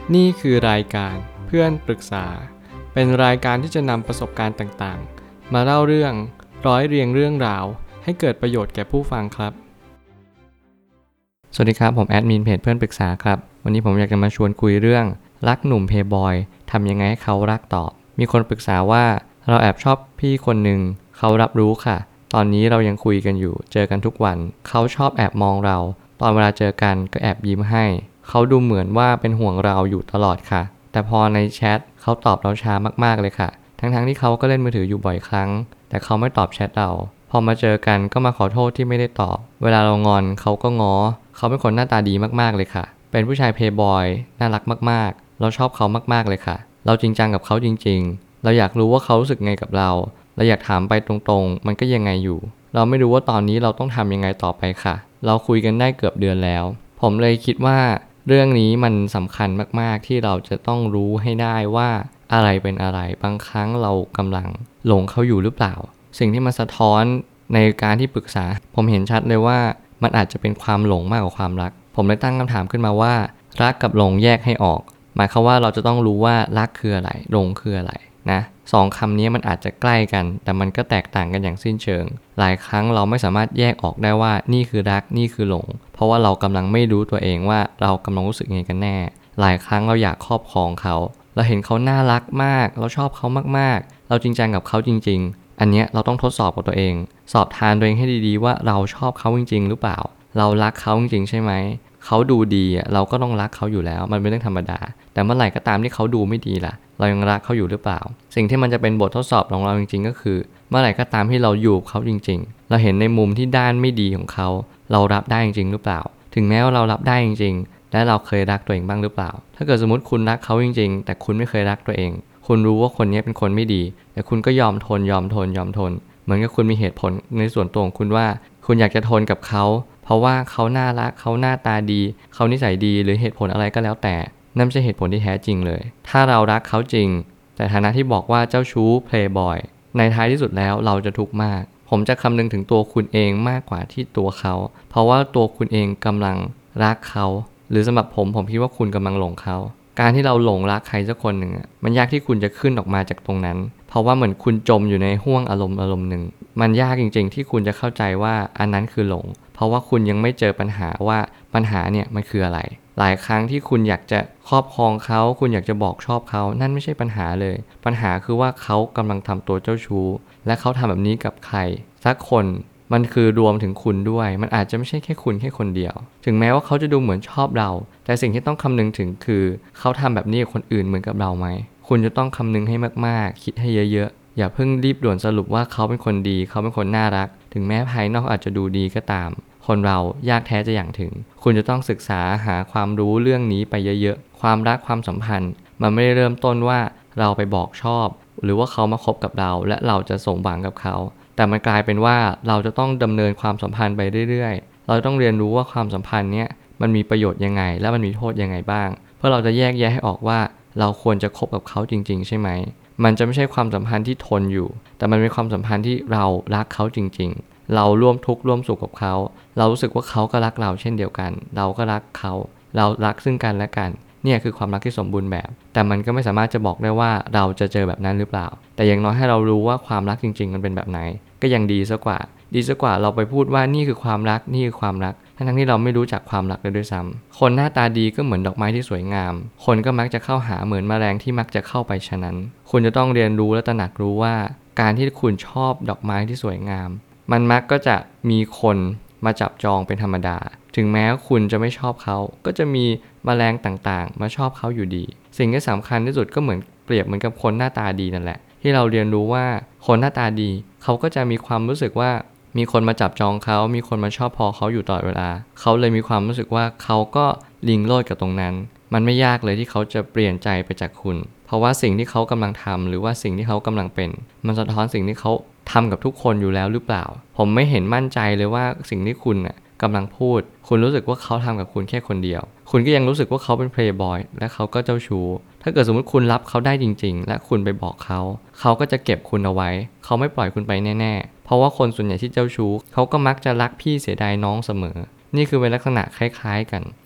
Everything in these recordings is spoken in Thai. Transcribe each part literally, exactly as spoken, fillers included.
นี่คือรายการเพื่อนปรึกษาเป็นรายการที่จะนำประสบการณ์ต่างๆมาเล่าเรื่องร้อยเรียงเรื่องราวให้เกิดประโยชน์แก่ผู้ฟังครับสวัสดีครับผมแอดมินเพจเพื่อนปรึกษาครับวันนี้ผมอยากจะมาชวนคุยเรื่องรักหนุ่มเพย์บอยทำยังไงให้เขารักตอบมีคนปรึกษาว่าเราแอบชอบพี่คนหนึ่งเขารับรู้ค่ะตอนนี้เรายังคุยกันอยู่เจอกันทุกวันเขาชอบแอบมองเราตอนเวลาเจอกันก็แอบยิ้มให้เขาดูเหมือนว่าเป็นห่วงเราอยู่ตลอดค่ะแต่พอในแชทเขาตอบเราช้ามากๆเลยค่ะทั้งๆที่เขาก็เล่นมือถืออยู่บ่อยครั้งแต่เขาไม่ตอบแชทเราพอมาเจอกันก็มาขอโทษที่ไม่ได้ตอบเวลาเรางอนเขาก็ง้อเขาเป็นคนหน้าตาดีมากๆเลยค่ะเป็นผู้ชายเพย์บอยน่ารักมากๆเราชอบเขามากๆเลยค่ะเราจริงจังกับเขาจริงๆเราอยากรู้ว่าเขารู้สึกไงกับเราเราอยากถามไปตรงๆมันก็ยังไงอยู่เราไม่รู้ว่าตอนนี้เราต้องทำยังไงต่อไปค่ะเราคุยกันได้เกือบเดือนแล้วผมเลยคิดว่าเรื่องนี้มันสำคัญมากๆที่เราจะต้องรู้ให้ได้ว่าอะไรเป็นอะไรบางครั้งเรากำลังหลงเขาอยู่หรือเปล่าสิ่งที่มันสะท้อนในการที่ปรึกษาผมเห็นชัดเลยว่ามันอาจจะเป็นความหลงมากกว่าความรักผมเลยตั้งคำถามขึ้นมาว่ารักกับหลงแยกให้ออกหมายความว่าเราจะต้องรู้ว่ารักคืออะไรหลงคืออะไรนะสองคำนี้มันอาจจะใกล้กันแต่มันก็แตกต่างกันอย่างสิ้นเชิงหลายครั้งเราไม่สามารถแยกออกได้ว่านี่คือรักนี่คือหลงเพราะว่าเรากำลังไม่รู้ตัวเองว่าเรากำลังรู้สึกยังไงกันแน่หลายครั้งเราอยากครอบครองเขาเราเห็นเขาน่ารักมากเราชอบเขามากๆเราจริงจังกับเขาจริงๆอันเนี้ยเราต้องทดสอบกับตัวเองสอบทานตัวเองให้ดีๆว่าเราชอบเขาจริงๆหรือเปล่าเรารักเขาจริงๆใช่ไหมเขาดูดีเราก็ต้องรักเขาอยู่แล้วมันเป็นเรื่องธรรมดาแต่เมื่อไหร่ก็ตามที่เขาดูไม่ดีล่ะเรายังรักเขาอยู่หรือเปล่าสิ่งที่มันจะเป็นบททดสอบของเราจริงๆก็คือเมื่อไหร่ก็ตามที่เราอยู่กับเขาจริงๆเราเห็นในมุมที่ด้านไม่ดีของเขาเรารับได้จริงๆหรือเปล่าถึงแม้ว่าเรารับได้จริงๆและเราเคยรักตัวเองบ้างหรือเปล่าถ้าเกิดสมมติคุณรักเขาจริงๆแต่คุณไม่เคยรักตัวเองคุณรู้ว่าคนนี้เป็นคนไม่ดีแต่คุณก็ยอมทนยอมทนยอมทนเหมือนกับคุณมีเหตุผลในส่วนตัวของคุณว่าคุณอยากจะทนกับเขาเพราะว่าเขาน่ารักเขาหน้าตาดีเขานิสัยดีหรือเหตุผลอะไรก็แล้วแต่นั่นไม่ใช่เหตุผลที่แท้จริงเลยถ้าเรารักเขาจริงแต่ฐานะที่บอกว่าเจ้าชู้เพลย์บอยในท้ายที่สุดแล้วเราจะทุกข์มากผมจะคำนึงถึงตัวคุณเองมากกว่าที่ตัวเขาเพราะว่าตัวคุณเองกำลังรักเขาหรือสำหรับผมผมคิดว่าคุณกำลังหลงเขาการที่เราหลงรักใครสักคนหนึ่งมันยากที่คุณจะขึ้นออกมาจากตรงนั้นเพราะว่าเหมือนคุณจมอยู่ในห้วงอารมณ์อารมณ์หนึ่งมันยากจริงๆที่คุณจะเข้าใจว่าอันนั้นคือหลงเพราะว่าคุณยังไม่เจอปัญหาว่าปัญหาเนี่ยมันคืออะไรหลายครั้งที่คุณอยากจะครอบครองเขาคุณอยากจะบอกชอบเขานั่นไม่ใช่ปัญหาเลยปัญหาคือว่าเขากำลังทำตัวเจ้าชู้และเขาทำแบบนี้กับใครสักคนมันคือรวมถึงคุณด้วยมันอาจจะไม่ใช่แค่คุณแค่คนเดียวถึงแม้ว่าเขาจะดูเหมือนชอบเราแต่สิ่งที่ต้องคำนึงถึงคือเขาทำแบบนี้กับคนอื่นเหมือนกับเราไหมคุณจะต้องคำนึงให้มากๆคิดให้เยอะๆอย่าเพิ่งรีบด่วนสรุปว่าเขาเป็นคนดีเขาเป็นคนน่ารักถึงแม้ภายนอกอาจจะดูดีก็ตามคนเรายากแท้จะอย่างถึงคุณจะต้องศึกษาหาความรู้เรื่องนี้ไปเยอะๆความรักความสัมพันธ์มันไม่ได้เริ่มต้นว่าเราไปบอกชอบหรือว่าเขามาคบกับเราและเราจะสมหวังกับเขาแต่มันกลายเป็นว่าเราจะต้องดำเนินความสัมพันธ์ไปเรื่อยๆเราต้องเรียนรู้ว่าความสัมพันธ์เนี้ยมันมีประโยชน์ยังไงและมันมีโทษยังไงบ้างเพื่อเราจะแยกแยะให้ออกว่าเราควรจะคบกับเขาจริงๆใช่ไหมมันจะไม่ใช่ความสัมพันธ์ที่ทนอยู่แต่มันเป็นความสัมพันธ์ที่เรารักเขาจริงๆเราร่วมทุกข์ร่วมสุขกับเขาเรารู้สึกว่าเขาก็รักเราเช่นเดียวกันเราก็รักเขาเรารักซึ่งกันและกันเนี่ยคือความรักที่สมบูรณ์แบบแต่มันก็ไม่สามารถจะบอกได้ว่าเราจะเจอแบบนั้นหรือเปล่าแต่อย่างน้อยให้เรารู้ว่าความรักจริงๆมันเป็นแบบไหนก็ยังดีซะกว่าดีซะกว่าเราไปพูดว่านี่คือความรักนี่คือความรักทั้งๆที่เราไม่รู้จักความรักเลยด้วยซ้ำคนหน้าตาดีก็เหมือนดอกไม้ที่สวยงามคนก็มักจะเข้าหาเหมือนแมลงที่มักจะเข้าไปฉะนั้นคุณจะต้องเรียนรู้และตระหนักรู้ว่าการที่คุณชอบดอกไม้ที่สวยงามมันมักก็จะมีคนมาจับจองเป็นธรรมดาถึงแม้คุณจะไม่ชอบเขาก็จะมีแมลงต่างๆมาชอบเขาอยู่ดีสิ่งที่สำคัญที่สุดก็เหมือนเปรียบเหมือนกับคนหน้าตาดีนั่นแหละที่เราเรียนรู้ว่าคนหน้าตาดีเขาก็จะมีความรู้สึกว่ามีคนมาจับจองเขามีคนมาชอบพอเขาอยู่ตลอดเวลาเขาเลยมีความรู้สึกว่าเขาก็ลิงโลดกับตรงนั้นมันไม่ยากเลยที่เขาจะเปลี่ยนใจไปจากคุณเพราะว่าสิ่งที่เขากำลังทำหรือว่าสิ่งที่เขากำลังเป็นมันสะท้อนสิ่งที่เขาทำกับทุกคนอยู่แล้วหรือเปล่าผมไม่เห็นมั่นใจเลยว่าสิ่งที่คุณน่ะกำลังพูดคุณรู้สึกว่าเขาทำกับคุณแค่คนเดียวคุณก็ยังรู้สึกว่าเขาเป็นเพลย์บอยและเขาก็เจ้าชู้ถ้าเกิดสมมติคุณรับเขาได้จริงๆและคุณไปบอกเขาเขาก็จะเก็บคุณเอาไว้เขาไม่ปล่อยคุณไปแน่ๆเพราะว่าคนส่วนใหญ่ที่เจ้าชู้เขาก็มักจะรักพี่เสียดายน้องเสมอนี่คือเป็นลักษณะคล้ายๆกัน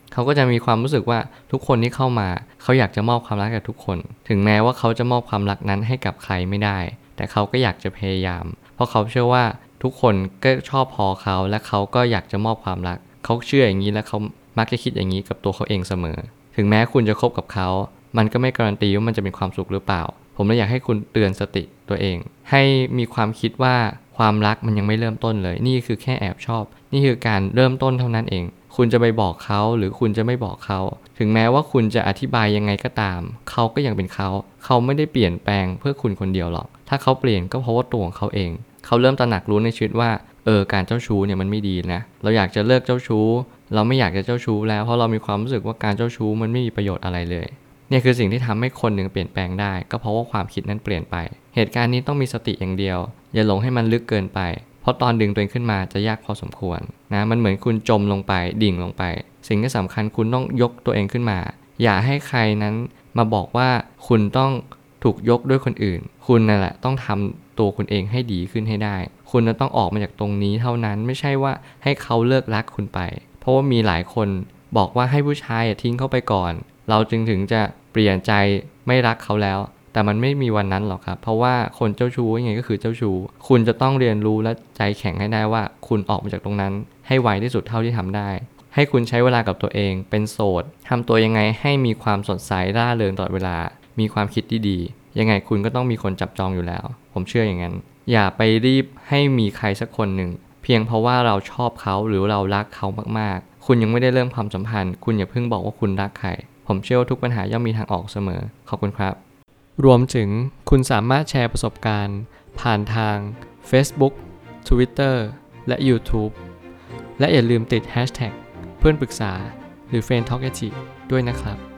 เขาก็จะมีความรู้สึกว่าทุกคนที่เข้ามาเขาอยากจะมอบความรักกับทุกคนถึงแม้ว่าเขาจะมอบความรักนั้นให้กับใครไม่ได้แต่เขาก็อยากจะพยายามเพราะเขาเชื่อว่าทุกคนก็ชอบพอเขาและเขาก็อยากจะมอบความรักเขาเชื่ออย่างนี้และเขามักจะคิดอย่างนี้กับตัวเขาเองเสมอถึงแม้คุณจะคบกับเขามันก็ไม่การันตีว่ามันจะเป็นความสุขหรือเปล่าผมเลยอยากให้คุณเตือนสติตัวเองให้มีความคิดว่าความรักมันยังไม่เริ่มต้นเลยนี่คือแค่แอบชอบนี่คือการเริ่มต้นเท่านั้นเองคุณจะไปบอกเขาหรือคุณจะไม่บอกเขาถึงแม้ว่าคุณจะอธิบายยังไงก็ตามเขาก็ยังเป็นเขาเขาไม่ได้เปลี่ยนแปลงเพื่อคุณคนเดียวหรอกถ้าเขาเปลี่ยนก็เพราะว่าตัวของเขาเองเขาเริ่มตระหนักรู้ในชีวิตว่าเออการเจ้าชู้เนี่ยมันไม่ดีนะเราอยากจะเลิกเจ้าชู้เราไม่อยากจะเจ้าชู้แล้วเพราะเรามีความรู้สึกว่าการเจ้าชู้มันไม่มีประโยชน์อะไรเลยเนี่ยคือสิ่งที่ทำให้คนหนึ่งเปลี่ยนแปลงได้ก็เพราะว่าความคิดนั้นเปลี่ยนไปเหตุการณ์นี้ต้องมีสติอย่างเดียวอย่าหลงให้มันลึกเกินไปเพราะตอนดึงตัวเองขึ้นมาจะยากพอสมควรนะมันเหมือนคุณจมลงไปดิ่งลงไปสิ่งที่สำคัญคุณต้องยกตัวเองขึ้นมาอย่าให้ใครนั้นมาบอกว่าคุณต้องถูกยกด้วยคนอื่นคุณนั่นแหละต้องทำตัวคุณเองให้ดีขึ้นให้ได้คุณจะต้องออกมาจากตรงนี้เท่านั้นไม่ใช่ว่าให้เขาเลิกรักคุณไปเพราะว่ามีหลายคนบอกว่าให้ผู้ชายทิ้งเขาไปก่อนเราจึงถึงจะเปลี่ยนใจไม่รักเขาแล้วแต่มันไม่มีวันนั้นหรอกครับเพราะว่าคนเจ้าชู้ยังไงก็คือเจ้าชู้คุณจะต้องเรียนรู้และใจแข็งให้ได้ว่าคุณออกมาจากตรงนั้นให้ไวที่สุดเท่าที่ทำได้ให้คุณใช้เวลากับตัวเองเป็นโสดทำตัวยังไงให้มีความสดใสร่าเริงตลอดเวลามีความคิดที่ดียังไงคุณก็ต้องมีคนจับจองอยู่แล้วผมเชื่ออย่างนั้นอย่าไปรีบให้มีใครสักคนหนึ่งเพียงเพราะว่าเราชอบเขาหรือเรารักเขามากๆคุณยังไม่ได้เริ่มความสัมพันธ์คุณอย่าเพิ่งบอกว่าคุณรักใครผมเชื่อว่าทุกปัญหาย่อมมีทางออกเสมอขอบคุณครับรวมถึงคุณสามารถแชร์ประสบการณ์ผ่านทาง Facebook Twitter และ YouTube และอย่าลืมติด แฮชแท็ก เพื่อนปรึกษาหรือ เฟรนด์ ทอล์ก ด้วยนะครับ